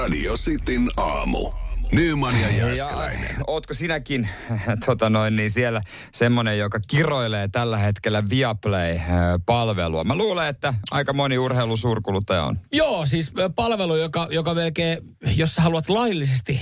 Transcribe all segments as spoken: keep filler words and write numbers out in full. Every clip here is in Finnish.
Radio Cityn aamu. Nyman ja Jääskeläinen. Ja, ootko sinäkin tota noin, niin siellä semmonen, joka kiroilee tällä hetkellä Viaplay-palvelua? Mä luulen, että aika moni urheilusuurkuluttaja on. Joo, siis palvelu, joka, joka melkein, jos sä haluat laillisesti,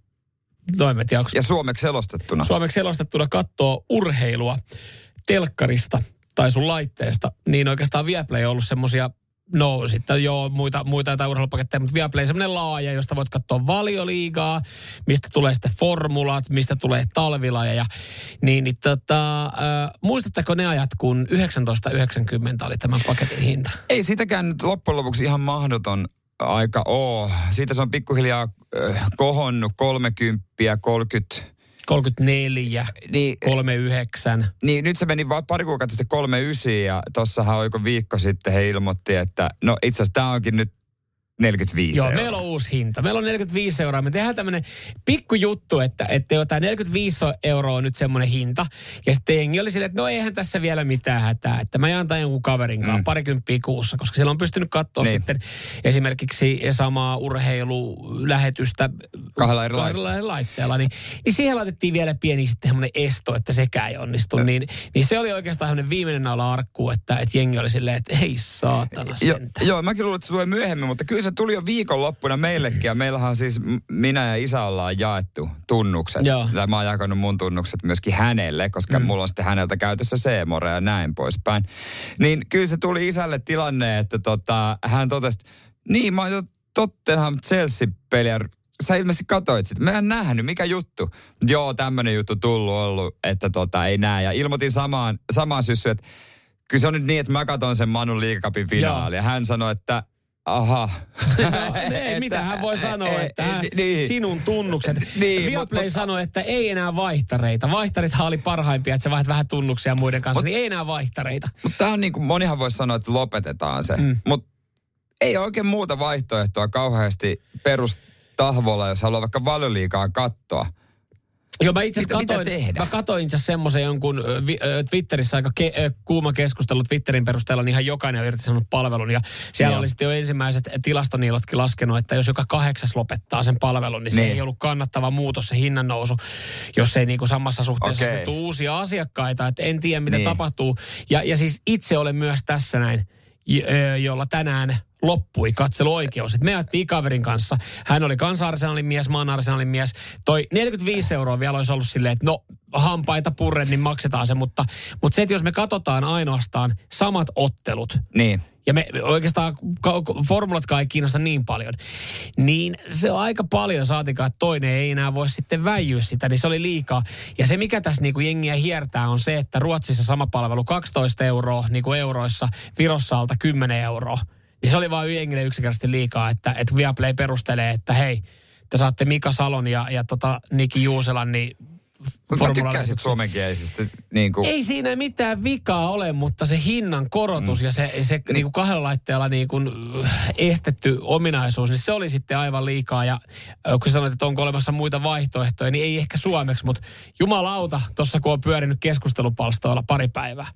toimet ja, ja suomeksi selostettuna. Suomeksi selostettuna kattoo urheilua telkkarista tai sun laitteesta, niin oikeastaan Viaplay on ollut semmosia. No sitten joo, muita, muita jotain urheilupaketteja, mutta Viaplay on semmoinen laaja, josta voit katsoa Valioliigaa, mistä tulee sitten formulat, mistä tulee talvilajeja. Niin, niin tota, äh, muistatteko ne ajat, kun yhdeksäntoista yhdeksänkymmentä oli tämän paketin hinta? Ei sitäkään nyt loppujen lopuksi ihan mahdoton aika oo. Siitä se on pikkuhiljaa äh, kohonnut kolmekymmentä, kolmekymmentä. kolmekymmentäneljä, niin, kolmekymmentäyhdeksän. Niin, nyt se meni vaan pari kuukautta sitten kolmekymmentäyhdeksän ja tossahan oiko viikko sitten he ilmoitti, että no itse asiassa tämä onkin nyt neljäkymmentäviisi Joo, euroa. meillä on uusi hinta. Meillä on neljäkymmentäviisi euroa. Me tehdään tämmöinen pikkujuttu, että, että jo tämä neljäkymmentäviisi euroa on nyt semmoinen hinta. Ja sitten jengi oli silleen, että no eihän tässä vielä mitään hätää. Että mä jaan tämän jonkun kaverin kanssa mm. parikymppiä kuussa, koska siellä on pystynyt katsoa niin. sitten esimerkiksi samaa urheilulähetystä kahdella eri laitteella. laitteella. Niin, niin siihen laitettiin vielä pieni sitten semmoinen esto, että sekään ei onnistu. Niin, niin se oli oikeastaan semmoinen viimeinen naula arkkuun, että, että jengi oli silleen, että hei saatana sentä. Jo, joo, mäkin luulen, että se tulee myöhemmin, mutta kyllä se tuli jo viikonloppuna meillekin ja meillähän siis minä ja isä ollaan jaettu tunnukset. Joo. Ja mä oon jakanut mun tunnukset myöskin hänelle, koska mm. mulla on sitten häneltä käytössä C-more ja näin poispäin. Niin kyllä se tuli isälle tilanne, että tota, hän totesi, niin mä oon Tottenham Chelsea-peliä. Sä ilmeisesti katsoit sitä. Mä en nähnyt, mikä juttu. Joo, tämmönen juttu tullut ollut, että tota ei näe. Ja ilmoitin samaan, samaan syssyyn, että kyllä se on nyt niin, että mä katson sen Manun liigacupin finaali. Ja hän sanoi, että aha. No, ei, mitä hän voi sanoa, e, että hän, niin. sinun tunnukset. Niin, Viaplay mutta, sanoi, että ei enää vaihtareita. Vaihtarithan oli parhaimpia, että sä vaihdat vähän tunnuksia muiden kanssa, mutta, niin ei enää vaihtareita. Mutta tämä on niin kuin, monihan voisi sanoa, että lopetetaan se. Mm. Mutta ei oikein muuta vaihtoehtoa kauheasti perustahvolla, jos haluaa vaikka Valioliigaa katsoa. Joo, mä itse asiassa katoin, mä katoin itse asiassa semmoisen jonkun vi, äh, Twitterissä aika ke, äh, kuuma keskustelu Twitterin perusteella, niin ihan jokainen on irtisanonut palvelun. Ja siellä Joo. oli sitten jo ensimmäiset tilastoniilotkin laskenut, että jos joka kahdeksas lopettaa sen palvelun, niin se niin. ei ollut kannattava muutos, se hinnan nousu, jos ei niinku samassa suhteessa okay. tule uusia asiakkaita. Että en tiedä, mitä niin. tapahtuu. Ja, ja siis itse olen myös tässä näin, jolla tänään loppui katseluoikeus. Et me ajattiin kaverin kanssa. Hän oli kanssa Arsenalin mies, mä oon Arsenalin mies. Toi neljäkymmentäviisi euroa vielä olisi ollut silleen, että no hampaita purren, niin maksetaan se. Mutta, mutta se, että jos me katsotaan ainoastaan samat ottelut. Niin. Ja me oikeastaan formulatkaan ei kiinnosta niin paljon. Niin se on aika paljon, saatikaan, että toinen ei enää voi sitten väijyä sitä, niin se oli liikaa. Ja se, mikä tässä niinku jengiä hiertää, on se, että Ruotsissa sama palvelu kaksitoista euroa, niin kuin euroissa, Virossa alta kymmenen euroa. Niin se oli vaan jengille yksinkertaisesti liikaa, että, että Viaplay perustelee, että hei, te saatte Mika Salon ja, ja tota Niki Juuselan, niin mä tykkäsin suomenkielisistä. Niin kuin. Ei siinä mitään vikaa ole, mutta se hinnan korotus mm. ja se, se niin. niin kuin kahdella laitteella niin kuin estetty ominaisuus, niin se oli sitten aivan liikaa. Ja kun sanoit, että onko olemassa muita vaihtoehtoja, niin ei ehkä suomeksi, mutta jumalauta, tuossa kun on pyörinyt keskustelupalstoilla pari päivää.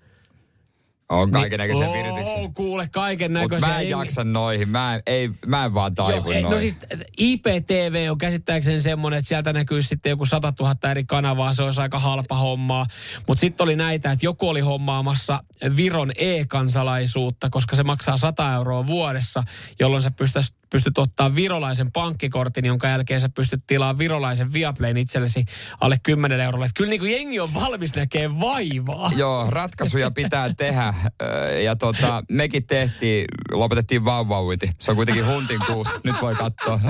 On kaikennäköisiä niin, virityksiä. Oo, kuule, kaikennäköisiä. Mutta mä en jaksa noihin. Mä en, ei, mä en vaan taivu noihin. No siis I P T V on käsittääkseni semmoinen, että sieltä näkyy sitten joku sata tuhatta eri kanavaa. Se olisi aika halpa hommaa. Mutta sitten oli näitä, että joku oli hommaamassa Viron e-kansalaisuutta, koska se maksaa sata euroa vuodessa, jolloin sä pystyt, pystyt ottaa virolaisen pankkikortin, jonka jälkeen sä pystyt tilaamaan virolaisen Viaplayn itsellesi alle kymmenen eurolla. Että kyllä niin kuin jengi on valmis näkee vaivaa. Joo, ratkaisuja pitää tehdä. Ja tota, mekin tehtiin, lopetettiin vauvauiti. Se on kuitenkin huntin kuusi. Nyt voi katsoa.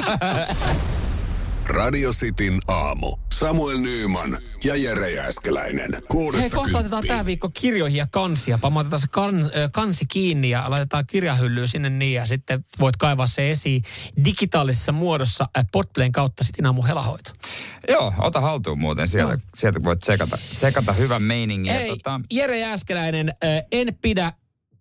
Radio Cityn aamu. Samuel Nyman ja Jere Jääskeläinen. Hei, kohta laitetaan tämä viikko kirjoihin ja kansia. Pamautetaan se kan, kansi kiinni ja laitetaan kirjahyllyä sinne niin. Ja sitten voit kaivaa se esiin digitaalisessa muodossa Podplayn kautta Cityn aamu helahoito. Joo, ota haltuun muuten. Sieltä, no. sieltä voit tsekata, tsekata hyvän meiningin. Hei, tota... Jere Jääskeläinen, en pidä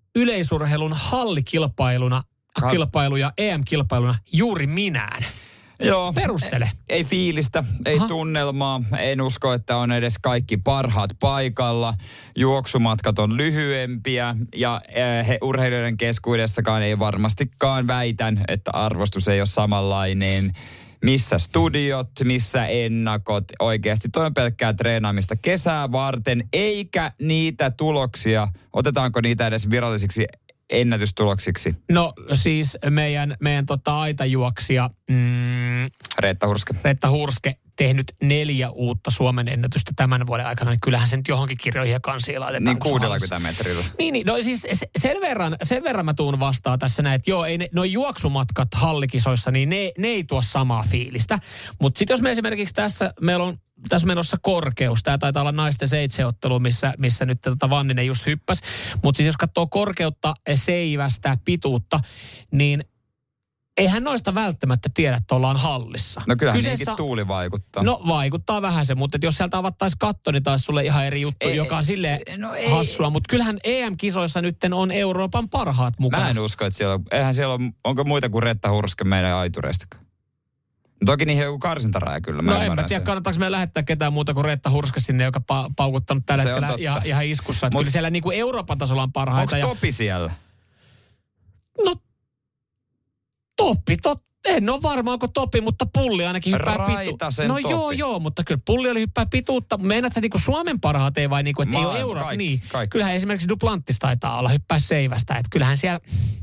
yleisurheilun hallikilpailuna, kilpailuja E M-kilpailuna juuri minään. Joo. Perustele. Ei, ei fiilistä, ei Aha. tunnelmaa. En usko, että on edes kaikki parhaat paikalla. Juoksumatkat on lyhyempiä ja äh, he urheilijoiden keskuudessakaan ei varmastikaan väitän, että arvostus ei ole samanlainen. Missä studiot, missä ennakot. Oikeasti toi on pelkkää treenaamista kesää varten, eikä niitä tuloksia, otetaanko niitä edes virallisiksi ennätystuloksiksi? No siis meidän, meidän tota aitajuoksija mm, Reetta Hurske. Reetta Hurske tehnyt neljä uutta Suomen ennätystä tämän vuoden aikana, niin kyllähän se nyt johonkin kirjoihin ja kansiin laitetaan. Niin kuudellakymmentä metrillä. Niin, niin, no siis sen verran, sen verran mä tuun vastaan tässä näin, että joo, ei ne, no juoksumatkat hallikisoissa, niin ne, ne ei tuo samaa fiilistä. Mutta sitten jos me esimerkiksi tässä, meillä on tässä menossa korkeus. Tämä taitaa olla naisten seitseottelu, missä, missä nyt tota Vanninen just hyppäsi. Mutta siis jos katsoo korkeutta, seivästä, pituutta, niin eihän noista välttämättä tiedä, että ollaan hallissa. No kyllähän Kyseessä, niinkin tuuli vaikuttaa. No vaikuttaa vähän se, mutta jos sieltä avattaisiin katto, niin taisi sulle ihan eri juttu, ei, joka on silleen no hassua. Mutta kyllähän E M-kisoissa nyt on Euroopan parhaat mukana. Mä en usko, että siellä on, eihän siellä on, onko muita kuin Reetta Hurske meidän aitureistakaan? Toki niihin joku karsintaraja kyllä. Mä no en mä tiedä, kannattaako me lähettää ketään muuta kuin Reetta Hurske sinne, joka pa- paukuttanut tällä se hetkellä ihan, ihan iskussa. Että kyllä siellä niin kuin Euroopan tasolla on parhaita. Onko ja... Topi siellä? No Topi, tot, en ole varma, onko Topi, mutta Pulli ainakin hyppää pituutta. No topi. joo, joo, mutta kyllä Pulli oli hyppää pituutta. Meinaat sä niinku Suomen parhaat ei vai niinku, että ei ole Euro? Kaikki, niin. kaikki. Kyllähän esimerkiksi Duplantis taitaa olla hyppää seivästä, että kyllähän siellä...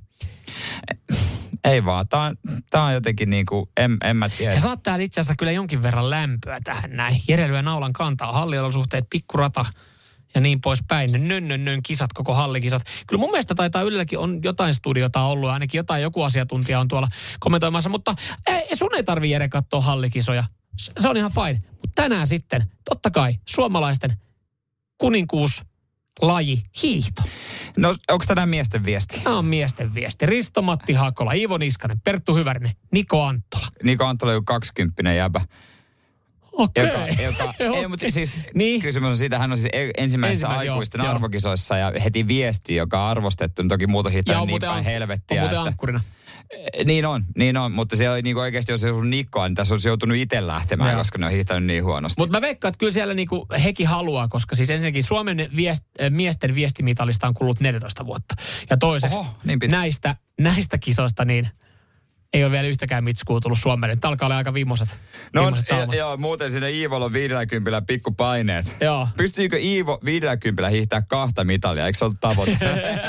Ei vaan, tää on, tää on jotenkin niinku, en, en mä tiedä. Se saattaa itse asiassa kyllä jonkin verran lämpöä tähän näin. Jere lyö naulan kantaa, halliolosuhteet, pikkurata ja niin poispäin. Nön, nön, nön kisat, koko hallikisat. Kyllä mun mielestä taitaa Ylelläkin on jotain studiota ollut, ainakin jotain joku asiantuntija on tuolla kommentoimassa, mutta ei, sun ei tarvii Jere katsoa hallikisoja. Se on ihan fine. Mutta tänään sitten, totta kai, suomalaisten kuninkuus laji hiihto. No onko tänään miesten viesti? Tämä on miesten viesti. Risto-Matti Hakola, Iivo Niskanen, Perttu Hyvärinen, Niko Anttola. Niko Anttola on kaksikymppinen jäbä. Okei. Joka, joka, ei, mutta siis niin. Kysymys on siitä, hän on siis ensimmäisessä aikuisten joo, arvokisoissa ja heti viesti, joka on arvostettu. Toki muuta hiihtää niin päin helvettiä. On muuten ankkurina. Niin on, niin on, mutta siellä niinku oikeasti, jos ei ollut Nikkoa, niin tässä olisi joutunut itse lähtemään, ja. koska ne on hiihtänyt niin huonosti. Mutta mä veikkaan, että kyllä siellä niinku hekin haluaa, koska siis ensinnäkin Suomen viest, miesten viestimitalista on kulunut neljätoista vuotta. Ja toiseksi Oho, niin näistä, näistä kisoista niin ei ole vielä yhtäkään mitskua tullut Suomelle. Tämä alkaa olla aika viimeiset, no, viimeiset salmat. Joo, muuten sinne Iivolla on viidelläkympillä pikkupaineet. Joo. Pystyykö Iivo viidelläkympillä hiihtää kahta mitalia? Eikö se ollut tavoite?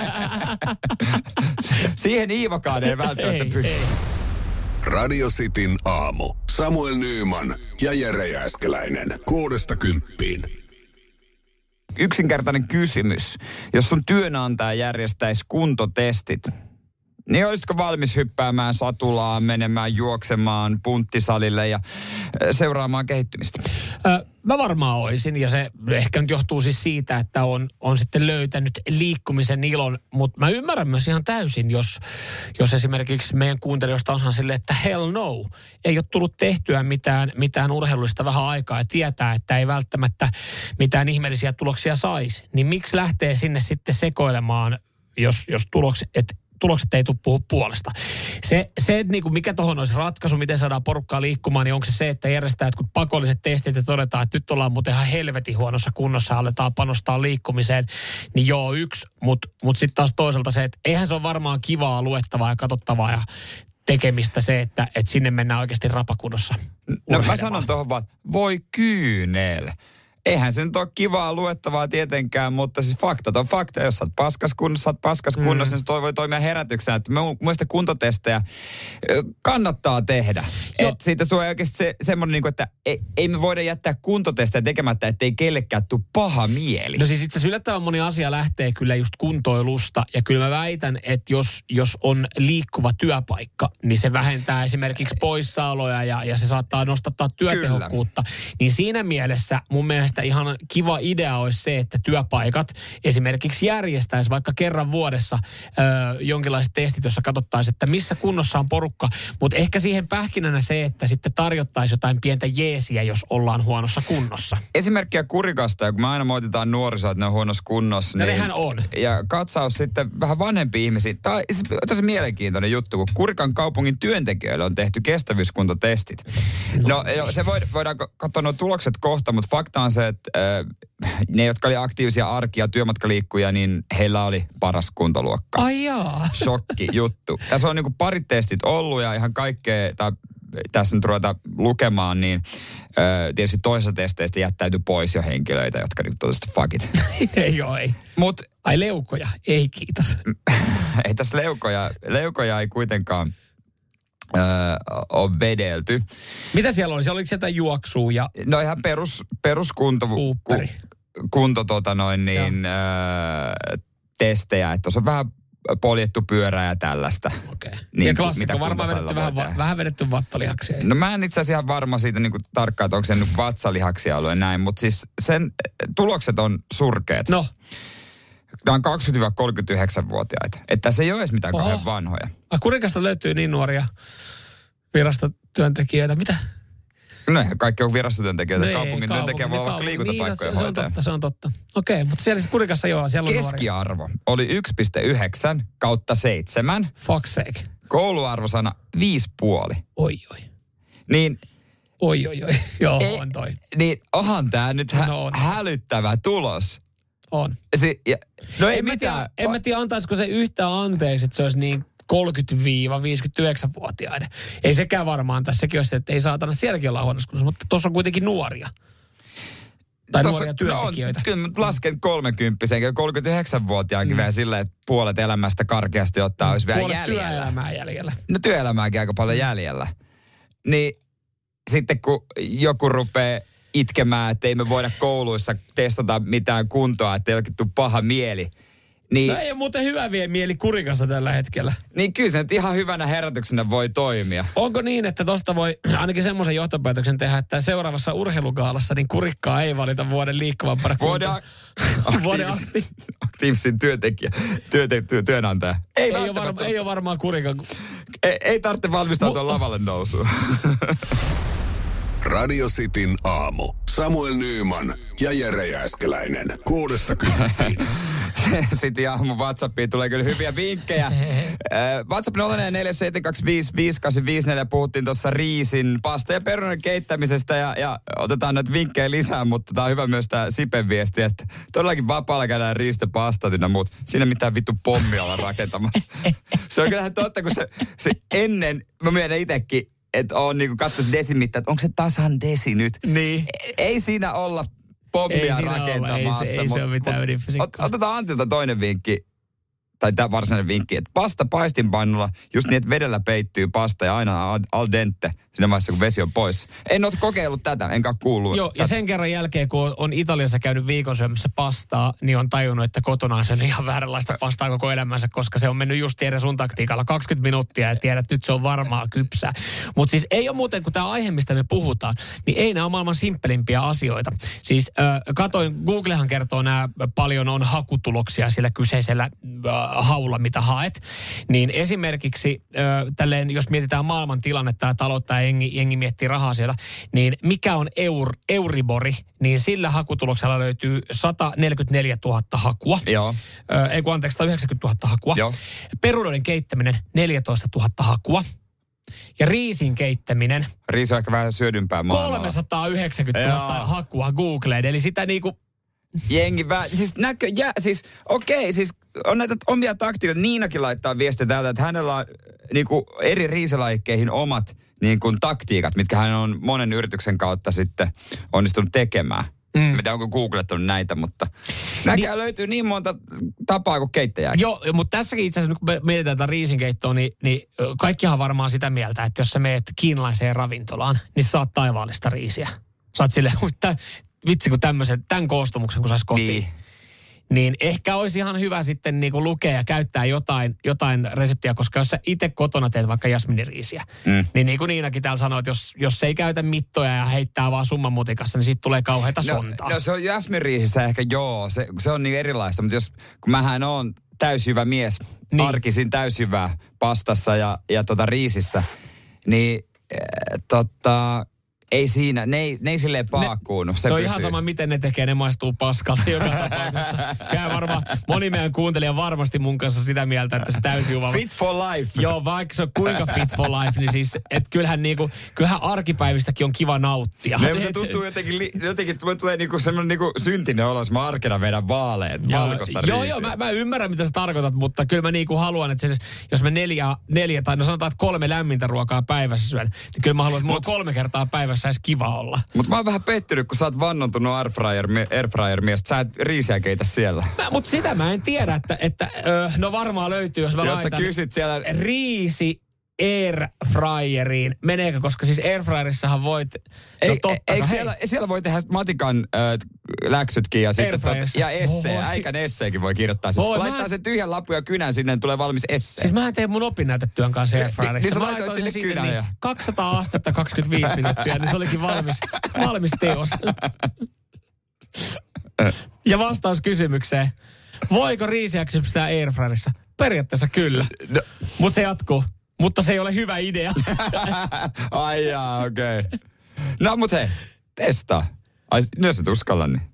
Siihen Iivokaan ei välttämättä ei, pysty. Ei. Radio Cityn aamu. Samuel Nyyman ja Jere Jääskeläinen. Kuudesta kymppiin. Yksinkertainen kysymys. Jos sun työnantaja järjestäisi kuntotestit, niin olisitko valmis hyppäämään satulaan, menemään juoksemaan punttisalille ja seuraamaan kehittymistä? Ö, mä varmaan olisin, ja se ehkä nyt johtuu siis siitä, että on, on sitten löytänyt liikkumisen ilon, mutta mä ymmärrän myös ihan täysin, jos, jos esimerkiksi meidän kuuntelijoista on silleen, että hell no, ei ole tullut tehtyä mitään, mitään urheilullista vähän aikaa ja tietää, että ei välttämättä mitään ihmeellisiä tuloksia saisi, niin miksi lähtee sinne sitten sekoilemaan, jos, jos tulokset, että tulokset ei tule puhua puolesta. Se, se niin kuin mikä tuohon olisi ratkaisu, miten saadaan porukkaa liikkumaan, niin onko se se, että järjestetään jotkut pakolliset testit ja todetaan, että nyt ollaan muuten ihan helvetin huonossa kunnossa ja aletaan panostaa liikkumiseen. Niin joo, yksi, mutta mut sitten taas toisaalta se, että eihän se ole varmaan kivaa luettavaa ja katsottavaa ja tekemistä se, että, että sinne mennään oikeasti rapakunnossa. No mä sanon tuohon vaan, voi kyynel. Eihän se nyt ole kivaa luettavaa tietenkään, mutta siis faktat on fakta. Jos sä oot paskas kunnossa, sä oot paskas kunnossa, mm. niin se toi voi toimia herätyksenä. Että mun mielestä kuntotestejä kannattaa tehdä. Että siitä tulee oikeasti se, semmoinen, niin kuin, että ei, ei me voida jättää kuntotestejä tekemättä, ettei kellekään tule paha mieli. No siis itse asiassa yllättävän moni asia lähtee kyllä just kuntoilusta. Ja kyllä mä väitän, että jos, jos on liikkuva työpaikka, niin se vähentää esimerkiksi poissaoloja ja, ja se saattaa nostattaa työtehokkuutta. Kyllä. Niin siinä mielessä mun mielestä mielestä ihan kiva idea olisi se, että työpaikat esimerkiksi järjestäisi vaikka kerran vuodessa ö, jonkinlaiset testit, jossa katsottaisiin, että missä kunnossa on porukka. Mutta ehkä siihen pähkinänä se, että sitten tarjottaisiin jotain pientä jeesiä, jos ollaan huonossa kunnossa. Esimerkkiä Kurikasta, kun me aina moititaan nuorisoa, että ne on huonossa kunnossa. No niin, nehän on. Ja katsaus sitten vähän vanhempia ihmisiä. Tämä on tosi mielenkiintoinen juttu, kun Kurikan kaupungin työntekijöille on tehty kestävyyskuntotestit. No, no se voi, voidaan katsoa nuo tulokset kohta, mutta fakta on se, että äh, ne, jotka oli aktiivisia arkia, työmatkaliikkuja, niin heillä oli paras kuntoluokka. Ai jaa. Shokki juttu. Tässä on niinku parit testit ollut ja ihan kaikkea, tai tässä nyt ruveta lukemaan, niin ö, tietysti toisessa testeistä jättäytyi pois jo henkilöitä, jotka nyt totesivat fuck it. Ei oo, ei. Mut, Ai leukoja? Ei kiitos. Ei tässä leukoja, leukoja ei kuitenkaan ö, ole vedelty. Mitä siellä oli? Siellä oliko sieltä juoksua ja... No ihan perus, peruskunto... Ku, kunto tota noin niin ö, testejä, että tuossa on vähän poljettu pyörää ja tällaista. Okei. Okay. Niin, ja klassikko, varmaan vedetty vähän, va- vähän vedetty vattalihaksia. No mä en itse asiassa ihan varma siitä niin kuin tarkkaan, että onko se nyt vatsalihaksia ollut ja näin, mutta siis sen tulokset on surkeat. No. Nämä on kaksikymmentä-kolmekymmentäyhdeksän-vuotiaita. Että se ei ole edes mitään Oho. kauhean vanhoja. Ah, Kurikasta löytyy niin nuoria virastotyöntekijöitä. Mitä? No kaikki on virastotyöntekijöitä. No kaupungin työntekijä voi olla liikuntapaikkoja niin, no, se, se on totta, se on totta. Okei, okay, mutta siellä siis Kurikassa joo, siellä on keskiarvo nuoria. Oli yksi pilkku yhdeksän kautta seitsemän. Fuck sake. Kouluarvosana viisi puoli. Oi oi. Niin... Oi oi oi, joo ei, on toi. Niin onhan tää nyt hä- no on. hälyttävä tulos. On. Si- ja, no ei en mitään. Mä tiedä, en mä tiedä, antaisiko se yhtään anteeksi, että se olisi niin kolmekymmentä-viisikymmentäyhdeksän-vuotiaiden. Ei sekään varmaan tässä. Sekin olisi, että ei saatana sielläkin olla huonossa kunnossa, mutta tuossa on kuitenkin nuoria. Tai tossa, nuoria työntekijöitä. No, kyllä mä lasken kolmekymppisen, kolmekymmentäyhdeksän-vuotiaankin mm. vielä silleen, että puolet elämästä karkeasti ottaa, olisi vielä puolet jäljellä. työelämää jäljellä. No työelämääkin aika paljon jäljellä. Niin sitten kun joku rupeaa itkemään, että ei me voida kouluissa testata mitään kuntoa, että ei olekin tule paha mieli. Niin, no ei ole muuten hyvä vie mieli Kurikassa tällä hetkellä. Niin kyllä se nyt ihan hyvänä herätyksenä voi toimia. Onko niin, että tosta voi ainakin semmoisen johtopäätöksen tehdä, että seuraavassa urheilugaalassa niin Kurikkaa ei valita vuoden liikkuvan Vuoden, aktiivisin, vuoden akti- aktiivisin työntekijä, työte, työ, työnantaja. Ei, ei, ole, varma, ei ole varmaan Kurikan. Ei, ei tarvitse valmistautua Mu- lavalle nousuun. Radio Cityn aamu. Samuel Nyyman ja Jere Jääskeläinen. Kuudesta kymppiin. Cityn aamu WhatsAppiin tulee kyllä hyviä vinkkejä. WhatsApp nolla neljä seitsemän kaksi viisi viisi kahdeksan viisi neljä. Puhuttiin tuossa riisin, pasta ja perunan keittämisestä ja, ja otetaan näitä vinkkejä lisää, mutta tämä on hyvä myös tämä Sipen viesti, että todellakin vapaalla käydään riistä pastat ynnä muut. Siinä mitään vittu pommia olla rakentamassa. Se on kyllähän totta, kun se, se ennen, mä myönnän itsekin, että on niinku katsonut desimittä, että onko se tasan desi nyt. Niin. Ei siinä olla pommia rakentamassa. Ei, se, ei se ole mitään ydinfysiikkaa. Otetaan Antilta toinen vinkki, tai tämä varsinainen vinkki, että pasta paistinpannulla just niin, että vedellä peittyy pasta ja aina al dente siinä vaiheessa, kun vesi on pois. En ole kokeillut tätä, enkä kuullut. Joo, tätä. Ja sen kerran jälkeen, kun on Italiassa käynyt viikon syömässä pastaa, niin on tajunnut, että kotona on syönyt ihan vääränlaista pastaa koko elämänsä, koska se on mennyt just tiedä sun taktiikalla kaksikymmentä minuuttia ja tiedät, että nyt se on varmaa kypsää. Mutta siis ei ole muuten, kun tämä aihe, mistä me puhutaan, niin ei nämä ole maailman simppelimpiä asioita. Siis äh, katoin, Googlehan kertoo nämä paljon on hakutuloksia sillä kyseisellä äh, haulla, mitä haet. Niin esimerkiksi äh, tälleen, jos mietitään maailman tilannetta ja taloutta ja jengi, jengi miettii rahaa siellä, niin mikä on eur, Euribori, niin sillä hakutuloksella löytyy sata neljäkymmentäneljätuhatta hakua. Joo. Äh, ei kun anteeksi, sata yhdeksänkymmentätuhatta hakua. Joo. Perunoiden keittäminen neljätoistatuhatta hakua. Ja riisin keittäminen. Riisi on ehkä vähän syödympää maailmalla. kolmesataayhdeksänkymmentätuhatta hakua Googleen. Eli sitä niinku... Jengi vähän, siis näkö, jä, siis okei, okay, siis on näitä omia taktikoita. Niinakin laittaa viestiä täältä, että hänellä on niinku eri riisilajikeihin omat niinku taktiikat, mitkä hän on monen yrityksen kautta sitten onnistunut tekemään. Mm. Mitä onko googlettanut näitä, mutta näkää niin, löytyy niin monta tapaa kuin keittäjääkin. Joo, mutta tässäkin itse asiassa, kun me mietitään tätä riisinkeittoa, niin, niin kaikkihan varmaan sitä mieltä, että jos sä meet kiinalaiseen ravintolaan, niin saat taivaallista riisiä. Saat silleen, vitsi kun tämmöisen, tämän koostumuksen kun sais kotiin. Niin. niin ehkä olisi ihan hyvä sitten niinku lukea ja käyttää jotain, jotain reseptiä, koska jos sä itse kotona teet vaikka jasminiriisiä, mm. niin niin kuin Niinakin täällä sanoi, että jos, jos se ei käytä mittoja ja heittää vaan summan mutikassa, niin siitä tulee kauheita sontaa. No, no se on jasminriisissä ehkä joo, se, se on niin erilaista, mutta jos, kun mähän on täysjyvä mies, niin. arkisin täysjyvää pastassa ja, ja tota riisissä, niin äh, tota... Ei siinä, ne ei, ne ei silleen paakkuunu. Se, se on pysyy. ihan sama, miten ne tekee, ne maistuu paskalta joka tapauksessa. Käy varmaan, moni meidän kuuntelija varmasti mun kanssa sitä mieltä, että se täysjuva... Fit for life. Joo, vaikka se on kuinka fit for life, niin siis, että kyllähän niinku, kyllähän arkipäivistäkin on kiva nauttia. Ne, se tuntuu jotenkin, jotenkin tulee niinku semmoinen niinku syntinen olo, jos mä arkena vedän vaaleet, valkoista riisiä. Joo, joo, mä, mä ymmärrän, mitä sä tarkoitat, mutta kyllä mä niinku haluan, että se, jos mä neljä, neljä tai no sanotaan, että kolme lämmintä ruokaa päivässä syön, niin kyllä mä haluan, että mulla on kolme kertaa päivässä saisi kiva olla. Mutta mä oon vähän pettynyt, kun sä oot vannontunut airfryer-mies, sä et riisiä keitä siellä. Mutta sitä mä en tiedä, että, että ö, no varmaan löytyy, jos mä jos laitan sä kysyt siellä... riisi airfryeriin. Meneekö, koska siis airfryerissahan voit... Ei, no totta, eikö no siellä, siellä voi tehdä matikan äh, läksytkin ja sitten tot, ja esseen, äikän esseekin voi kirjoittaa. Voi, laittaa mä... sen tyhjän lapun ja kynän sinne, niin tulee valmis essee. Siis mähän tein mun opinnäytetyön kanssa airfryerissa. Niin sä laitoit sinne kynän niin ja... kaksisataa astetta kaksikymmentäviisi minuuttia, niin se olikin valmis, valmis teos. Ja vastaus kysymykseen. Voiko riisiä kypsää airfryerissa? Periaatteessa kyllä. No. Mutta se jatkuu. Mutta se ei ole hyvä idea. Ai jaa, okei. Okay. No mut hei, testaa. Ai, jos et uskalla, niin.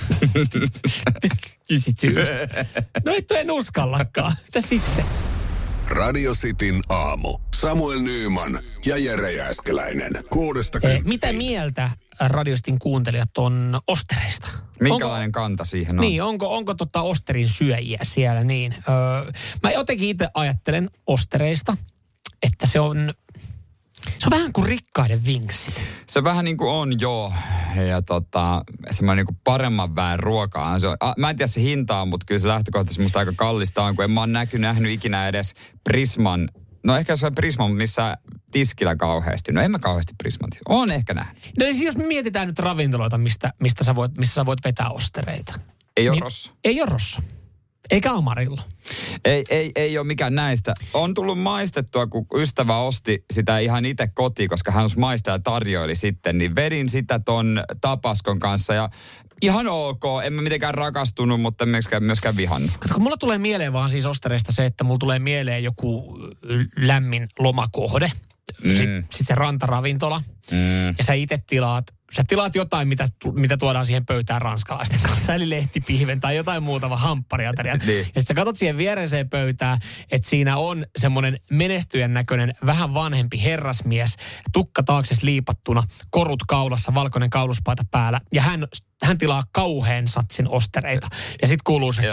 Kysit syys. No et en uskallakaan. Mitä sitten? Radio Cityn aamu. Samuel Nyyman ja Jere Jääskeläinen. Kuudesta eh, Mitä mieltä radiostin kuuntelijat on ostereista? Minkälainen onko, kanta siihen on? Niin, onko, onko tota osterin syöjiä siellä niin? Öö, mä jotenkin itse ajattelen ostereista, että se on, se on vähän kuin rikkaiden vinksit. Se vähän niin kuin on, joo. Ja tota, semmoinen niin kuin paremman väen ruokaa. Se on, a, mä en tiedä se hintaa, mutta kyllä se lähtökohtaisesti musta aika kallista on, kun en mä oon näkynyt, nähnyt ikinä edes Prisman. No ehkä se on Prisma, mutta missä tiskillä kauheasti. No en mä kauheasti Prisman. Oon ehkä nähnyt. No siis jos me mietitään nyt ravintoloita, mistä, mistä sä voit, missä sä voit vetää ostereita. Ei ole niin, Rosso. Ei ole Rosso. Eikä Amarilla. Ei, ei, ei ole mikään näistä. On tullut maistettua, kun ystävä osti sitä ihan itse kotiin, koska hän maistaa ja tarjoili sitten, niin vedin sitä ton tapaskon kanssa ja ihan ok. En mä mitenkään rakastunut, mutta en myöskään, myöskään vihannut. Kato, kun mulla tulee mieleen vaan siis ostereista se, että mulla tulee mieleen joku lämmin lomakohde. Mm. Sitten sit se rantaravintola. Mm. Ja sä itse tilaat, sä tilaat jotain, mitä, mitä tuodaan siihen pöytään ranskalaisten kanssa. Eli lehtipihven tai jotain muuta vaan hamppariateriaa. Niin. Ja sit sä katot siihen viereiseen pöytään, että siinä on semmoinen menestyjän näköinen, vähän vanhempi herrasmies, tukka taakse liipattuna, korut kaulassa, valkoinen kauluspaita päällä. Ja hän, hän tilaa kauheen satsin ostereita. Ja sit kuuluu se...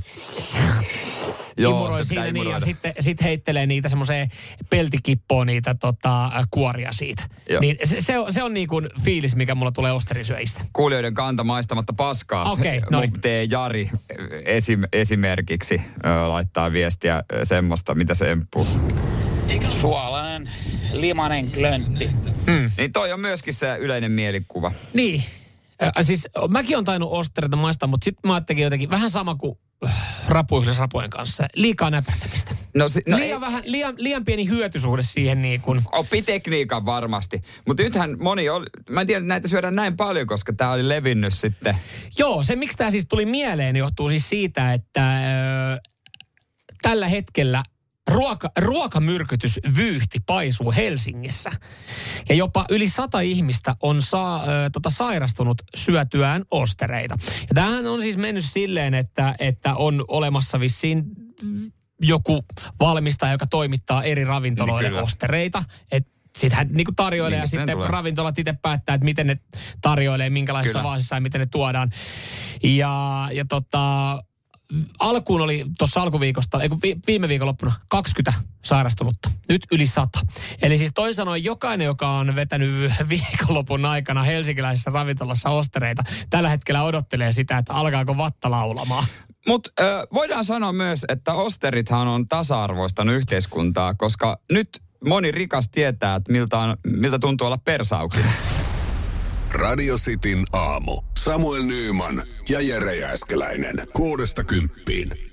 Joo, imuroi siinä niin, ja sitten sit heittelee niitä semmoiseen peltikippoon niitä tota, kuoria siitä. Joo. Niin se, se, on, se on niin kuin fiilis, mikä mulla tulee osterisyöistä. Kuulijoiden kanta maistamatta paskaa. Okei, okay, noin. Tee Jari esim, esimerkiksi ö, laittaa viestiä semmoista, mitä se emppuu. Suolainen, limanen klöntti. Mm. Niin toi on myöskin se yleinen mielikuva. Niin. Äh, siis mäkin on tainnut ostereita maistaa, mutta sitten mä ajattelin jotenkin vähän sama kuin rapuihlisrapujen kanssa. Liikaa näpertämistä. No, si- no liian, vähän, liian, liian pieni hyötysuhde siihen niin kuin. Oppi tekniikan varmasti. Mutta nythän moni oli, mä en tiedä, näitä syödään näin paljon, koska tää oli levinnyt sitten. Joo, se miksi tää siis tuli mieleen, johtuu siis siitä, että ö, tällä hetkellä Ruoka, ruokamyrkytysvyyhti paisuu Helsingissä. Ja jopa yli sata ihmistä on saa, ö, tota, sairastunut syötyään ostereita. Ja tämähän on siis mennyt silleen, että, että on olemassa vissiin joku valmistaja, joka toimittaa eri ravintoloille niin ostereita. Sitten hän niin tarjoilee niin, ja sitten tulee. Ravintolat itse päättää, että miten ne tarjoilee, minkälaisissa vaasissa ja miten ne tuodaan. Ja, ja tota... Alkuun oli tuossa alkuviikosta, ei kun viime viikonloppuna kaksikymmentä sairastunutta. Nyt yli sata. Eli siis toisin sanoen jokainen, joka on vetänyt viikonlopun aikana helsinkiläisessä ravintolassa ostereita, tällä hetkellä odottelee sitä, että alkaako vatta laulamaan. Mutta äh, voidaan sanoa myös, että osterithan on tasa-arvoistanut yhteiskuntaa, koska nyt moni rikas tietää, että miltä, on, miltä tuntuu olla persaukin. Radio Cityn aamu. Samuel Nyyman ja Jere Jääskeläinen. Kuudesta kymppiin.